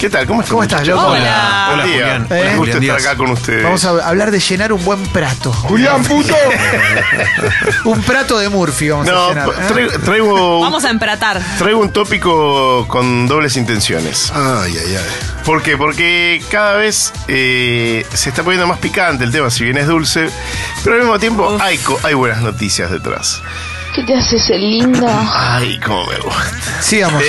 ¿Qué tal? ¿Cómo estás? ¿Cómo estás, loco? Hola. Buen día. Julián. Un gusto Julián estar acá con ustedes. Vamos a hablar de llenar un buen plato. ¡Julián, puto! Un plato de Murphy vamos a llenar. Traigo Vamos a empratar. un tópico con dobles intenciones. Ay. ¿Por qué? Porque cada vez se está poniendo más picante el tema, si bien es dulce, pero al mismo tiempo hay buenas noticias detrás. ¿Qué te haces el lindo? Ay, cómo me gusta. Sigamos.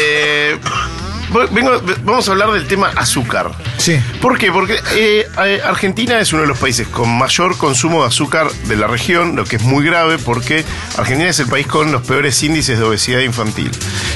Vamos a hablar del tema azúcar. Sí. ¿Por qué? Porque Argentina es uno de los países con mayor consumo de azúcar de la región, lo que es muy grave porque Argentina es el país con los peores índices de obesidad infantil.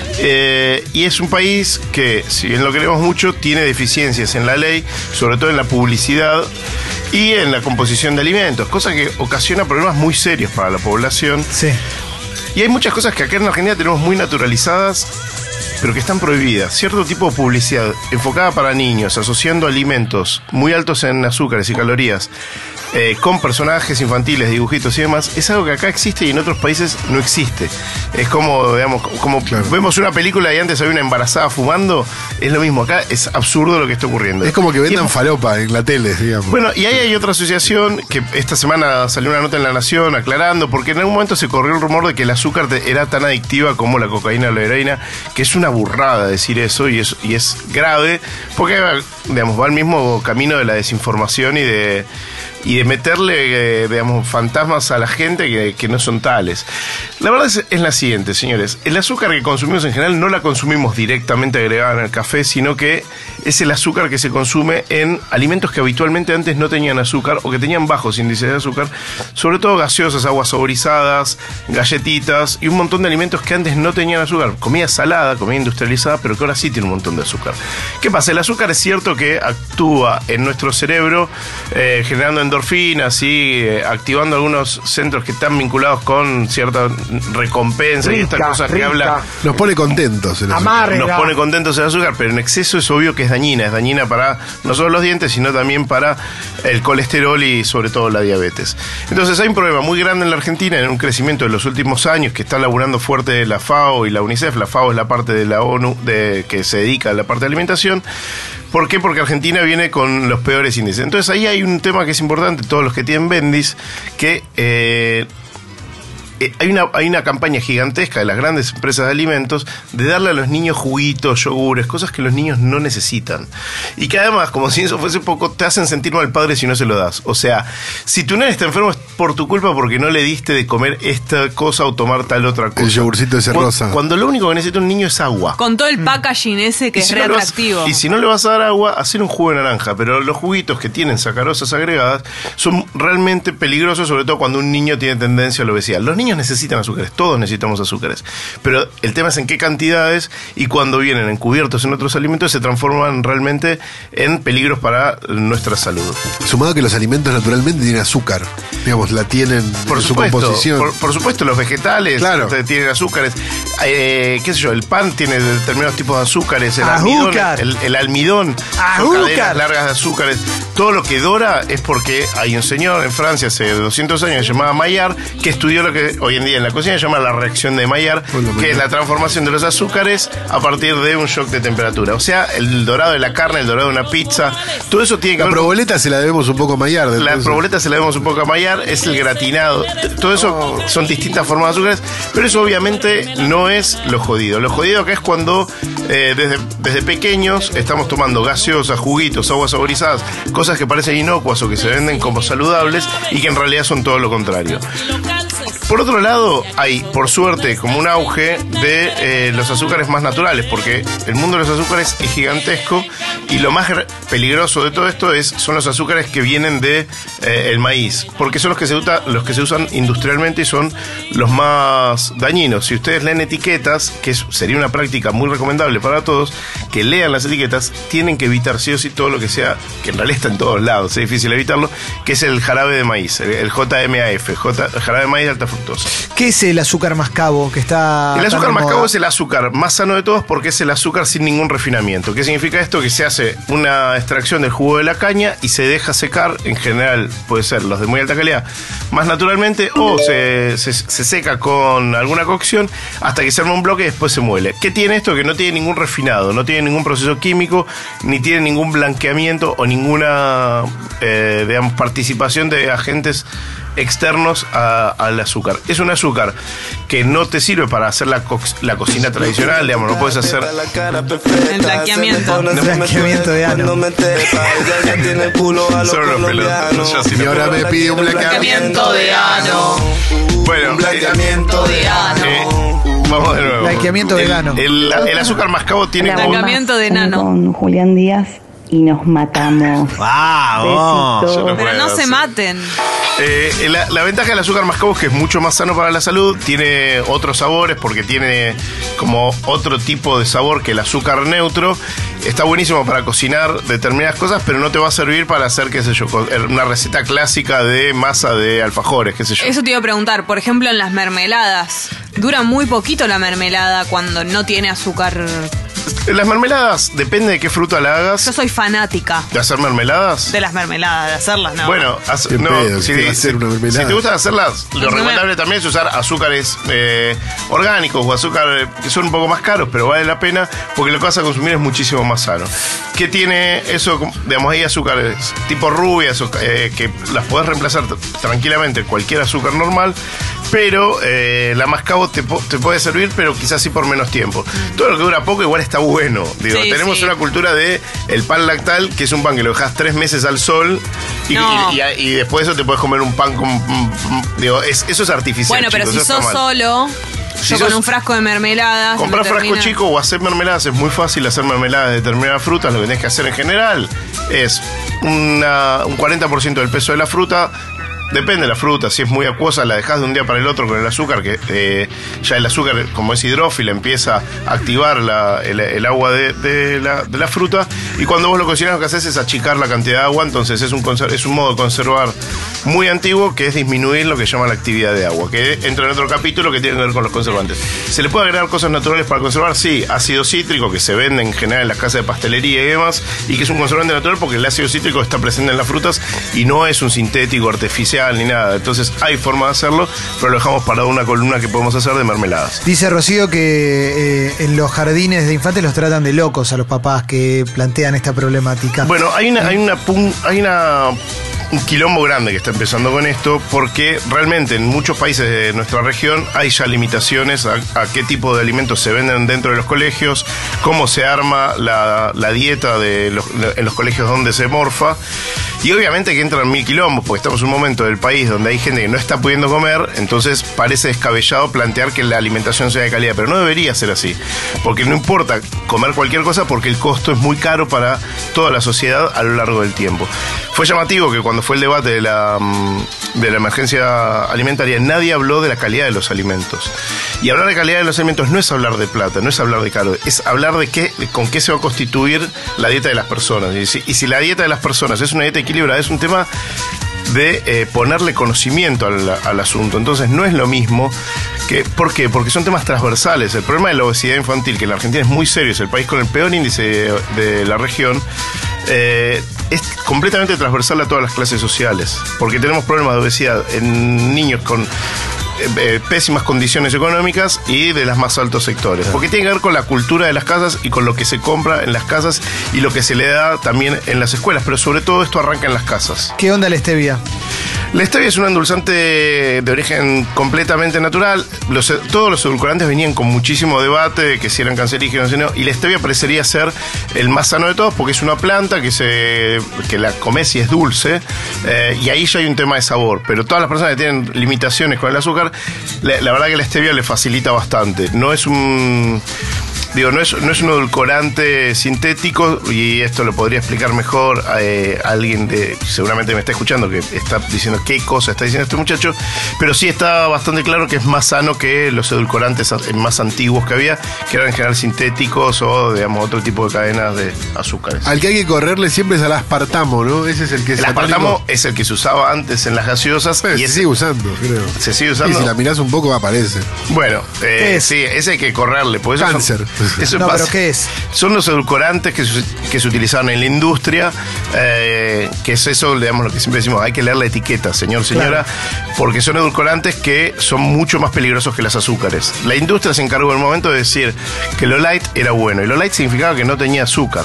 Y es un país que, si bien lo queremos mucho, tiene deficiencias en la ley, sobre todo en la publicidad y en la composición de alimentos, cosa que ocasiona problemas muy serios para la población. Sí. Y hay muchas cosas que acá en Argentina tenemos muy naturalizadas, pero que están prohibidas. Cierto tipo de publicidad enfocada para niños, asociando alimentos muy altos en azúcares y calorías con personajes infantiles, dibujitos y demás, es algo que acá existe y en otros países no existe. Es como, digamos, vemos una película y antes había una embarazada fumando, es lo mismo. Acá es absurdo lo que está ocurriendo. Es como que vendan falopa en la tele, digamos. Bueno, y ahí hay otra asociación que esta semana salió una nota en La Nación aclarando, porque en algún momento se corrió el rumor de que el azúcar era tan adictiva como la cocaína o la heroína, que es una burrada decir eso y es grave, porque, digamos, va al mismo camino de la desinformación y de meterle, digamos, fantasmas a la gente que no son tales. La verdad es la siguiente, señores. El azúcar que consumimos en general no la consumimos directamente agregada en el café, sino que es el azúcar que se consume en alimentos que habitualmente antes no tenían azúcar o que tenían bajos índices de azúcar, sobre todo gaseosas, aguas saborizadas, galletitas y un montón de alimentos que antes no tenían azúcar. Comida salada, comida industrializada, pero que ahora sí tiene un montón de azúcar. ¿Qué pasa? El azúcar es cierto que actúa en nuestro cerebro generando endorfinas y activando algunos centros que están vinculados con cierta recompensa y estas cosas que habla. Nos pone contentos el azúcar. Amarga. Nos pone contentos el azúcar, pero en exceso es obvio que es dañina para no solo los dientes, sino también para el colesterol y sobre todo la diabetes. Entonces hay un problema muy grande en la Argentina, en un crecimiento de los últimos años que está laburando fuerte la FAO y la UNICEF. La FAO es la parte de la ONU que se dedica a la parte de alimentación. ¿Por qué? Porque Argentina viene con los peores índices. Entonces ahí hay un tema que es importante, todos los que tienen Bendis, que hay una campaña gigantesca de las grandes empresas de alimentos de darle a los niños juguitos, yogures, cosas que los niños no necesitan. Y que además, como si eso fuese poco, te hacen sentir mal padre si no se lo das. O sea, si tu nene está enfermo es por tu culpa porque no le diste de comer esta cosa o tomar tal otra cosa. El yogurcito ese rosa. Cuando lo único que necesita un niño es agua. Con todo el packaging ese que es re atractivo. Y si no le vas a dar agua, hacer un jugo de naranja. Pero los juguitos que tienen sacarosas agregadas son realmente peligrosos, sobre todo cuando un niño tiene tendencia a la obesidad. Los niños necesitan azúcares, todos necesitamos azúcares. Pero el tema es en qué cantidades y cuando vienen encubiertos en otros alimentos se transforman realmente en peligros para nuestra salud. Sumado que los alimentos naturalmente tienen azúcar. Digamos, la tienen en su composición. Por supuesto, los vegetales tienen azúcares. Qué sé yo, el pan tiene determinados tipos de azúcares. El almidón son cadenas largas de azúcares. Todo lo que dora es porque hay un señor en Francia hace 200 años que se llamaba Maillard, que estudió lo que hoy en día en la cocina se llama la reacción de Maillard, que es la transformación de los azúcares a partir de un shock de temperatura. O sea, el dorado de la carne, el dorado de una pizza, todo eso tiene que ver. La proboleta se la debemos un poco a Maillard. La proboleta se la debemos un poco a Maillard, es el gratinado. Todo eso son distintas formas de azúcares, pero eso obviamente no es lo jodido. Lo jodido acá es cuando desde pequeños estamos tomando gaseosas, juguitos, aguas saborizadas, cosas que parecen inocuas o que se venden como saludables y que en realidad son todo lo contrario. Por otro lado, hay, por suerte, como un auge de los azúcares más naturales, porque el mundo de los azúcares es gigantesco y lo más peligroso de todo esto son los azúcares que vienen de el maíz, porque son los que se usan industrialmente y son los más dañinos. Si ustedes leen etiquetas, que sería una práctica muy recomendable para todos, que lean las etiquetas, tienen que evitar sí o sí todo lo que sea, que en realidad está en todos lados, es difícil evitarlo, que es el jarabe de maíz, el JMAF, jarabe de maíz de alta fructosa. ¿Qué es el azúcar mascabo que está? El azúcar tan de mascabo moda? es el azúcar más sano de todos porque es el azúcar sin ningún refinamiento. ¿Qué significa esto? Que se hace una extracción del jugo de la caña y se deja secar, en general puede ser los de muy alta calidad, más naturalmente, o se seca con alguna cocción hasta que se arma un bloque y después se muele. ¿Qué tiene esto? Que no tiene ningún refinado, no tiene ningún proceso químico, ni tiene ningún blanqueamiento o ninguna, digamos, participación de agentes externos al azúcar. Es un azúcar que no te sirve para hacer la cocina tradicional, digamos, no puedes hacer El blanqueamiento. Blanqueamiento de ano. solo los pelotas. Yo sí Y te ahora puedo. me pide un Blanqueamiento de ano. Bueno, Blanqueamiento de ano. vamos de nuevo. Blanqueamiento vegano. El azúcar mascabo tiene como... Blanqueamiento de nano. Con Julián Díaz y nos matamos. ¡Vamos! Besitos. Yo no Pero puedo no se hacer. maten. La ventaja del azúcar mascabo es que es mucho más sano para la salud, tiene otros sabores porque tiene como otro tipo de sabor que el azúcar neutro. Está buenísimo para cocinar determinadas cosas, pero no te va a servir para hacer, qué sé yo, una receta clásica de masa de alfajores, qué sé yo. Eso te iba a preguntar, por ejemplo, en las mermeladas. Dura muy poquito la mermelada cuando no tiene azúcar. Las mermeladas, depende de qué fruta la Yo hagas. soy fanática ¿De hacer mermeladas? de las mermeladas, de hacerlas, ¿no? Bueno, Qué pedo, ¿qué va a hacer una mermelada? si te gusta hacerlas, lo No me- recomendable también es usar azúcares orgánicos o azúcar que son un poco más caros, pero vale la pena porque lo que vas a consumir es muchísimo más sano. ¿Qué tiene eso? Digamos, hay azúcares tipo rubias que las podés reemplazar tranquilamente cualquier azúcar normal, pero la mascabo te puede servir, pero quizás sí por menos tiempo. Todo lo que dura poco igual está bueno. Digo, Sí, tenemos sí. una cultura de el pan lactal, que es un pan que lo dejas 3 meses al sol y, No. y después de eso te puedes comer un pan con... Digo, eso es artificial. Bueno, pero chicos, si eso está sos mal. solo, Si yo con sos- un frasco de mermelada. Comprar frasco chico o hacer mermeladas es muy fácil. Hacer mermeladas de determinadas frutas, lo que tenés que hacer en general es un 40% del peso de la fruta. Depende de la fruta, si es muy acuosa la dejás de un día para el otro con el azúcar, que ya el azúcar, como es hidrófila, empieza a activar el agua de la fruta, y cuando vos lo cocinás lo que haces es achicar la cantidad de agua, entonces es un modo de conservar muy antiguo, que es disminuir lo que llama la actividad de agua, que entra en otro capítulo que tiene que ver con los conservantes. ¿Se le puede agregar cosas naturales para conservar? Sí, ácido cítrico, que se vende en general en las casas de pastelería y demás, y que es un conservante natural porque el ácido cítrico está presente en las frutas y no es un sintético artificial ni nada. Entonces hay forma de hacerlo, pero lo dejamos para una columna que podemos hacer de mermeladas. Dice Rocío que en los jardines de infantes los tratan de locos a los papás que plantean esta problemática. Bueno, hay un quilombo grande que está empezando con esto, porque realmente en muchos países de nuestra región hay ya limitaciones a qué tipo de alimentos se venden dentro de los colegios, cómo se arma la dieta en los colegios donde se morfa, y obviamente que entran mil quilombos, porque estamos en un momento del país donde hay gente que no está pudiendo comer, entonces parece descabellado plantear que la alimentación sea de calidad, pero no debería ser así, porque no importa comer cualquier cosa porque el costo es muy caro para toda la sociedad a lo largo del tiempo. Fue llamativo que cuando fue el debate de la emergencia alimentaria, nadie habló de la calidad de los alimentos. Y hablar de calidad de los alimentos no es hablar de plata, no es hablar de caro, es hablar de con qué se va a constituir la dieta de las personas. Y si la dieta de las personas es una dieta equilibrada, es un tema de ponerle conocimiento al asunto. Entonces no es lo mismo que... ¿Por qué? Porque son temas transversales. El problema de la obesidad infantil, que en la Argentina es muy serio, es el país con el peor índice de la región, es completamente transversal a todas las clases sociales, porque tenemos problemas de obesidad en niños con pésimas condiciones económicas y de los más altos sectores, porque tiene que ver con la cultura de las casas y con lo que se compra en las casas y lo que se le da también en las escuelas, pero sobre todo esto arranca en las casas. ¿Qué onda la stevia? La stevia es un endulzante de origen completamente natural. Todos los edulcorantes venían con muchísimo debate de que si eran cancerígenos o no, y la stevia parecería ser el más sano de todos porque es una planta que la comes y es dulce, y ahí ya hay un tema de sabor, pero todas las personas que tienen limitaciones con el azúcar, la verdad que la stevia le facilita bastante. No es un... Digo, no es un edulcorante sintético, y esto lo podría explicar mejor alguien seguramente me está escuchando, que está diciendo qué cosa está diciendo este muchacho, pero sí está bastante claro que es más sano que los edulcorantes más antiguos que había, que eran en general sintéticos o, digamos, otro tipo de cadenas de azúcares. Al que hay que correrle siempre es al aspartamo, ¿no? Ese es el que es el aspartamo es el que se usaba antes en las gaseosas. Pero y se sigue usando, creo. ¿Se sigue usando? Y si la mirás un poco aparece. Bueno, sí, ese hay que correrle. Por eso cáncer. ¿Pero qué es? Son los edulcorantes que se utilizaban en la industria, que es eso, digamos, lo que siempre decimos, hay que leer la etiqueta, señor, señora, porque son edulcorantes que son mucho más peligrosos que los azúcares. La industria se encargó en el momento de decir que lo light era bueno, y lo light significaba que no tenía azúcar.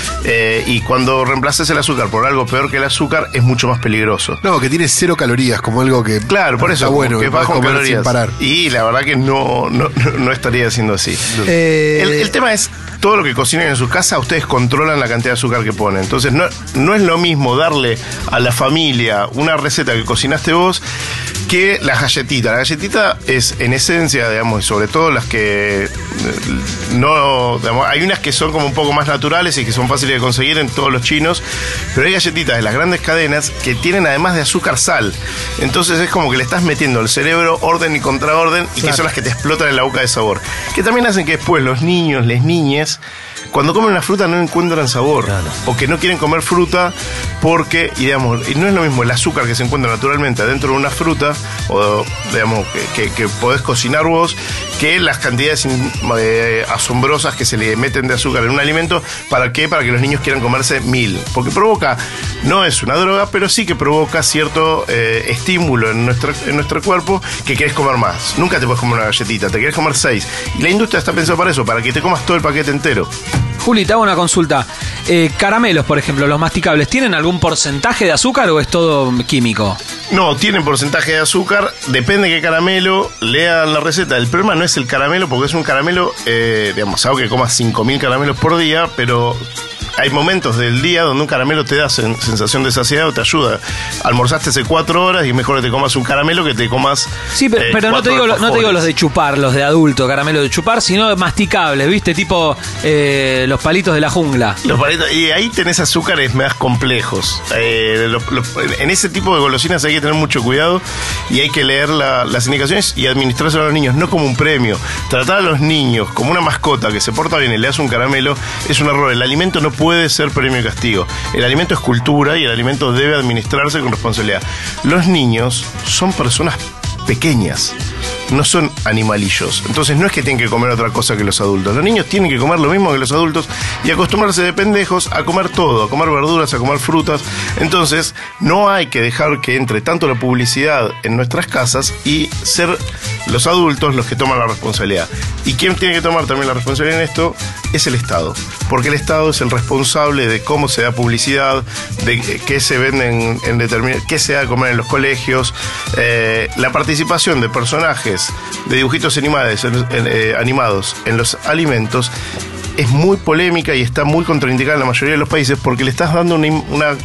Y cuando reemplazas el azúcar por algo peor que el azúcar, es mucho más peligroso. No, que tiene 0 calorías, como algo que... Claro, por eso, está bueno, que bajo en calorías. Sin parar. Y la verdad que no estaría haciendo así. No. El tema es, todo lo que cocinen en su casa, ustedes controlan la cantidad de azúcar que ponen. Entonces, no es lo mismo darle a la familia una receta que cocinaste vos que las galletitas. La galletita es, en esencia, digamos, y sobre todo las que no... Digamos, hay unas que son como un poco más naturales y que son fáciles de conseguir en todos los chinos, pero hay galletitas de las grandes cadenas que tienen, además de azúcar, sal. Entonces es como que le estás metiendo al cerebro orden y contraorden, y que son las que te explotan en la boca de sabor. Que también hacen que después los niños, les niñes, cuando comen una fruta no encuentran sabor, o que no quieren comer fruta porque, y digamos, y no es lo mismo el azúcar que se encuentra naturalmente adentro de una fruta, o digamos, que podés cocinar vos, que las cantidades asombrosas que se le meten de azúcar en un alimento. ¿Para qué? Para que los niños quieran comerse 1000. Porque provoca, no es una droga, pero sí que provoca cierto estímulo en nuestro cuerpo, que querés comer más. Nunca te puedes comer una galletita, te querés comer 6. Y la industria está pensada para eso, para que te comas todo el paquete entero. Juli, te hago una consulta. Caramelos, por ejemplo, los masticables, ¿tienen algún porcentaje de azúcar o es todo químico? No, tienen porcentaje de azúcar, depende de qué caramelo, lean la receta. El problema no es el caramelo, porque es un caramelo, digamos, algo que comas 5000 caramelos por día, pero hay momentos del día donde un caramelo te da sensación de saciedad o te ayuda. Almorzaste hace 4 horas y es mejor que te comas un caramelo que te comas. Sí, pero no te digo los de chupar, los de adulto, caramelo de chupar, sino masticables, ¿viste? Tipo los palitos de la jungla. Los palitos, y ahí tenés azúcares más complejos. En ese tipo de golosinas hay que tener mucho cuidado y hay que leer las indicaciones y administrárselo a los niños, no como un premio. Tratar a los niños como una mascota que se porta bien y le das un caramelo es un error. El alimento no puede ser premio y castigo. El alimento es cultura y el alimento debe administrarse con responsabilidad. Los niños son personas pequeñas, no son animalillos. Entonces no es que tienen que comer otra cosa que los adultos. Los niños tienen que comer lo mismo que los adultos y acostumbrarse de pendejos a comer todo, a comer verduras, a comer frutas. Entonces no hay que dejar que entre tanto la publicidad en nuestras casas y ser los adultos los que toman la responsabilidad. ¿Y quién tiene que tomar también la responsabilidad en esto? Es el Estado. Porque el Estado es el responsable de cómo se da publicidad, de qué se venden en determinado, qué se da de comer en los colegios, la participación de personajes de dibujitos animados en los alimentos es muy polémica y está muy contraindicada en la mayoría de los países, porque le estás dando una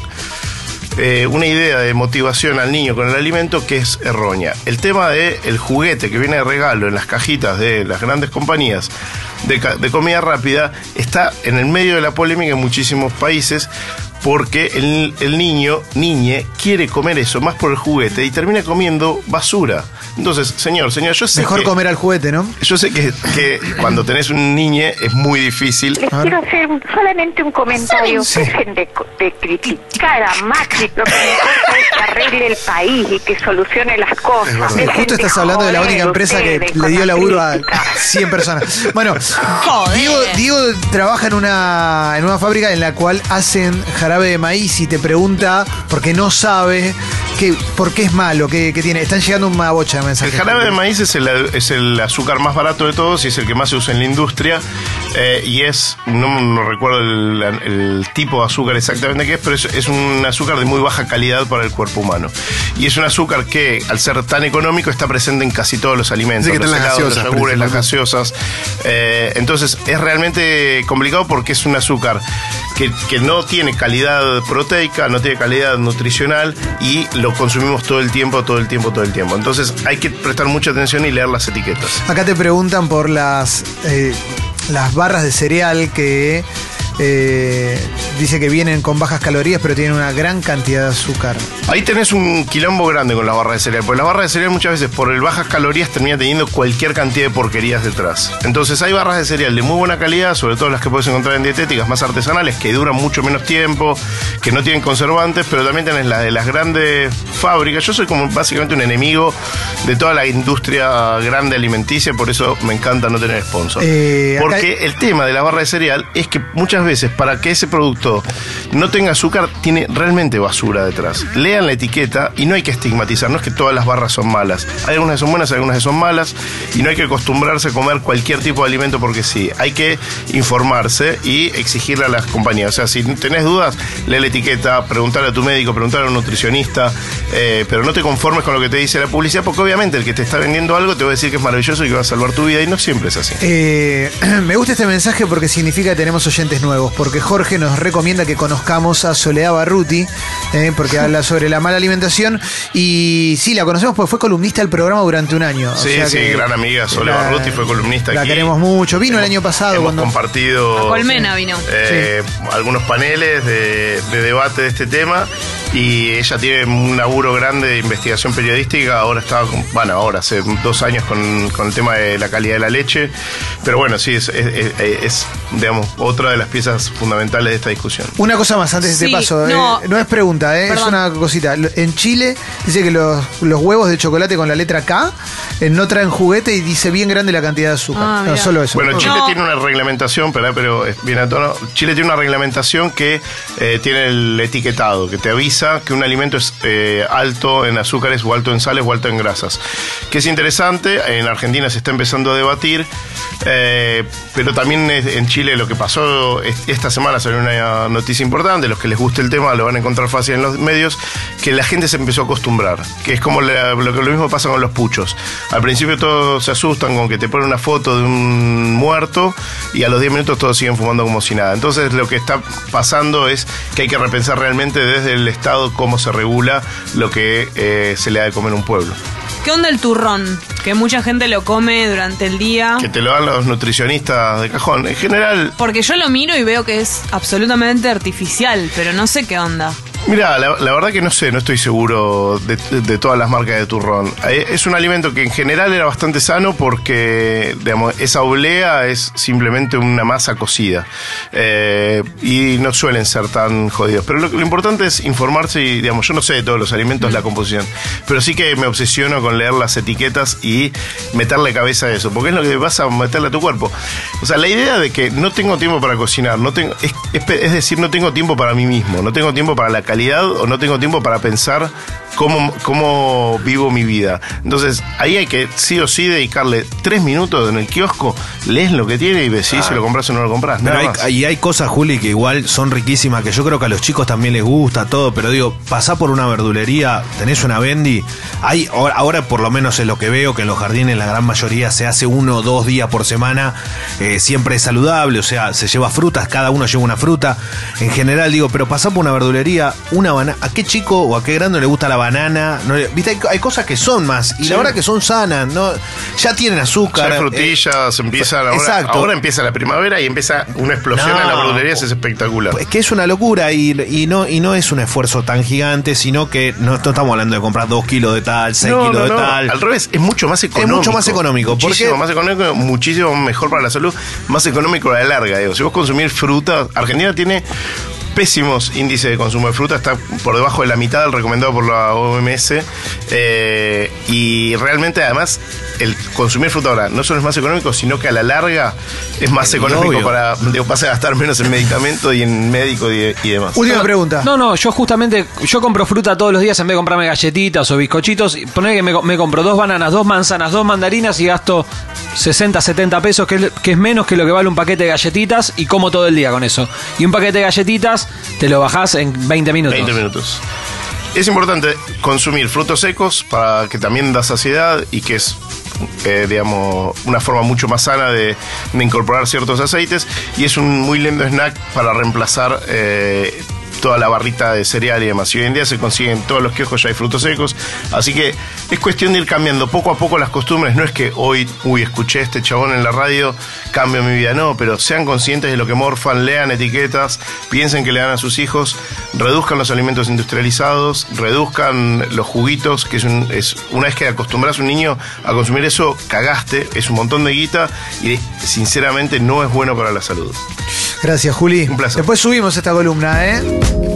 idea de motivación al niño con el alimento que es errónea. El tema del juguete que viene de regalo en las cajitas de las grandes compañías de comida rápida está en el medio de la polémica en muchísimos países, porque el niñe quiere comer eso más por el juguete y termina comiendo basura. Entonces, señor, yo sé mejor comer al juguete, ¿no? Yo sé que cuando tenés un niñe es muy difícil. Les quiero hacer solamente un comentario. Dejen de criticar a Macri. Lo que importa es que arregle el país y que solucione las cosas. Justo estás hablando de la única empresa que le dio laburo a 100 personas. Bueno, Diego trabaja en una fábrica en la cual hacen jarabe de maíz y te pregunta, porque no sabe por qué es malo, qué tiene. Están llegando una bocha de mensajes. El jarabe de maíz es el azúcar más barato de todos y es el que más se usa en la industria. Y no recuerdo el tipo de azúcar exactamente que es, pero es un azúcar de muy baja calidad para el cuerpo humano. Y es un azúcar que, al ser tan económico, está presente en casi todos los alimentos. Sí, los helados, los yogures, las gaseosas. Entonces es realmente complicado porque es un azúcar que no tiene calidad proteica, no tiene calidad nutricional y lo consumimos todo el tiempo. Entonces hay que prestar mucha atención y leer las etiquetas. Acá te preguntan por las barras de cereal que dice que vienen con bajas calorías, pero tienen una gran cantidad de azúcar. Ahí tenés un quilombo grande con las barras de cereal, porque las barras de cereal muchas veces por el bajas calorías termina teniendo cualquier cantidad de porquerías detrás. Entonces hay barras de cereal de muy buena calidad, sobre todo las que puedes encontrar en dietéticas más artesanales, que duran mucho menos tiempo, que no tienen conservantes, pero también tenés las de las grandes fábricas. Yo soy como básicamente un enemigo de toda la industria grande alimenticia, por eso me encanta no tener sponsor. Porque el tema de la barra de cereal es que muchas veces para que ese producto no tenga azúcar tiene realmente basura detrás. Lean la etiqueta y no hay que estigmatizar, no es que todas las barras son malas. Hay algunas que son buenas, hay algunas que son malas y no hay que acostumbrarse a comer cualquier tipo de alimento porque sí. Hay que informarse y exigirle a las compañías. O sea, si tenés dudas, lee la etiqueta, preguntarle a tu médico, preguntarle a un nutricionista, pero no te conformes con lo que te dice la publicidad porque obviamente el que te está vendiendo algo te va a decir que es maravilloso y que va a salvar tu vida y no siempre es así. Me gusta este mensaje porque significa que tenemos oyentes nuevos, porque Jorge nos recomienda que conozcamos a Soledad Barruti, porque habla sobre la mala alimentación y sí, la conocemos porque fue columnista del programa durante un año. Sí, o sea gran amiga Soledad Barruti, fue columnista la aquí. La queremos mucho, vino el año pasado. Hemos compartido Colmena vino. Algunos paneles de debate de este tema y ella tiene un laburo grande de investigación periodística, ahora hace 2 años con el tema de la calidad de la leche, pero bueno, sí, es digamos, otra de las piezas fundamentales de esta discusión. Una cosa más antes de paso, no es pregunta, es una cosita. En Chile dice que los huevos de chocolate con la letra K no traen juguete y dice bien grande la cantidad de azúcar. No, solo eso. Bueno, Chile tiene una reglamentación, pero viene a tono. Chile tiene una reglamentación que tiene el etiquetado, que te avisa que un alimento es alto en azúcares o alto en sales o alto en grasas. Que es interesante, en Argentina se está empezando a debatir, pero también en Chile lo que pasó esta semana salió una noticia importante, los que les guste el tema lo van a encontrar fácil en los medios, que la gente se empezó a acostumbrar, que es como lo mismo pasa con los puchos. Al principio todos se asustan con que te ponen una foto de un muerto y a los 10 minutos todos siguen fumando como si nada. Entonces lo que está pasando es que hay que repensar realmente desde el Estado cómo se regula lo que se le da de comer a un pueblo. ¿Qué onda el turrón? Que mucha gente lo come durante el día. Que te lo dan los nutricionistas de cajón. En general... Porque yo lo miro y veo que es absolutamente artificial, pero no sé qué onda. Mira, la verdad que no sé, no estoy seguro de todas las marcas de turrón. Es un alimento que en general era bastante sano porque, digamos, esa oblea es simplemente una masa cocida. Y no suelen ser tan jodidos. Pero lo importante es informarse y, digamos, yo no sé de todos los alimentos la composición. Pero sí que me obsesiono con leer las etiquetas y meterle cabeza a eso. Porque es lo que vas a meterle a tu cuerpo. O sea, la idea de que no tengo tiempo para cocinar, es decir, no tengo tiempo para mí mismo, no tengo tiempo para la calidad o no tengo tiempo para pensar cómo vivo mi vida. Entonces ahí hay que sí o sí dedicarle 3 minutos en el kiosco, lees lo que tiene y ves si se lo compras o no lo compras. Hay cosas, Juli, que igual son riquísimas, que yo creo que a los chicos también les gusta todo, pero digo, pasá por una verdulería, tenés una Vendi, ahora por lo menos es lo que veo, que en los jardines la gran mayoría se hace 1 o 2 días por semana, siempre es saludable, o sea, se lleva frutas, cada uno lleva una fruta, en general digo, pero pasá por una verdulería, una banana, ¿a qué chico o a qué grande le gusta la banana? No, ¿viste? Hay cosas que son más, y la verdad que son sanas, ¿no? Ya tienen azúcar. Ya hay frutillas, empiezan ahora empieza la primavera y empieza una explosión en la verdulería, es espectacular. Es que es una locura y no es un esfuerzo tan gigante, sino que no estamos hablando de comprar 2 kilos de tal, 6 kilos de tal. Al revés, es mucho más económico. Es mucho más económico. Muchísimo más económico, muchísimo mejor para la salud, más económico a la larga. Digo. Si vos consumís fruta, Argentina tiene pésimos índices de consumo de fruta, está por debajo de la mitad del recomendado por la OMS, y realmente además el consumir fruta ahora no solo es más económico, sino que a la larga es más económico para, vas a gastar menos en medicamentos y en médico y demás. Última pregunta. No, yo compro fruta todos los días en vez de comprarme galletitas o bizcochitos. Poner que me compro 2 bananas, 2 manzanas, 2 mandarinas y gasto 60, 70 pesos, que es menos que lo que vale un paquete de galletitas, y como todo el día con eso. Y un paquete de galletitas te lo bajás en 20 minutos. 20 minutos. Es importante consumir frutos secos para que también da saciedad y que es, digamos, una forma mucho más sana de incorporar ciertos aceites, y es un muy lindo snack para reemplazar toda la barrita de cereal y demás. Y hoy en día se consiguen todos los kioscos, ya hay frutos secos. Así que es cuestión de ir cambiando poco a poco las costumbres. No es que hoy, escuché a este chabón en la radio, cambio mi vida. No, pero sean conscientes de lo que morfan, lean etiquetas, piensen que le dan a sus hijos, reduzcan los alimentos industrializados, reduzcan los juguitos, que es una vez que acostumbras a un niño a consumir eso, cagaste, es un montón de guita y sinceramente no es bueno para la salud. Gracias, Juli. Un placer. Después subimos esta columna, ¿eh?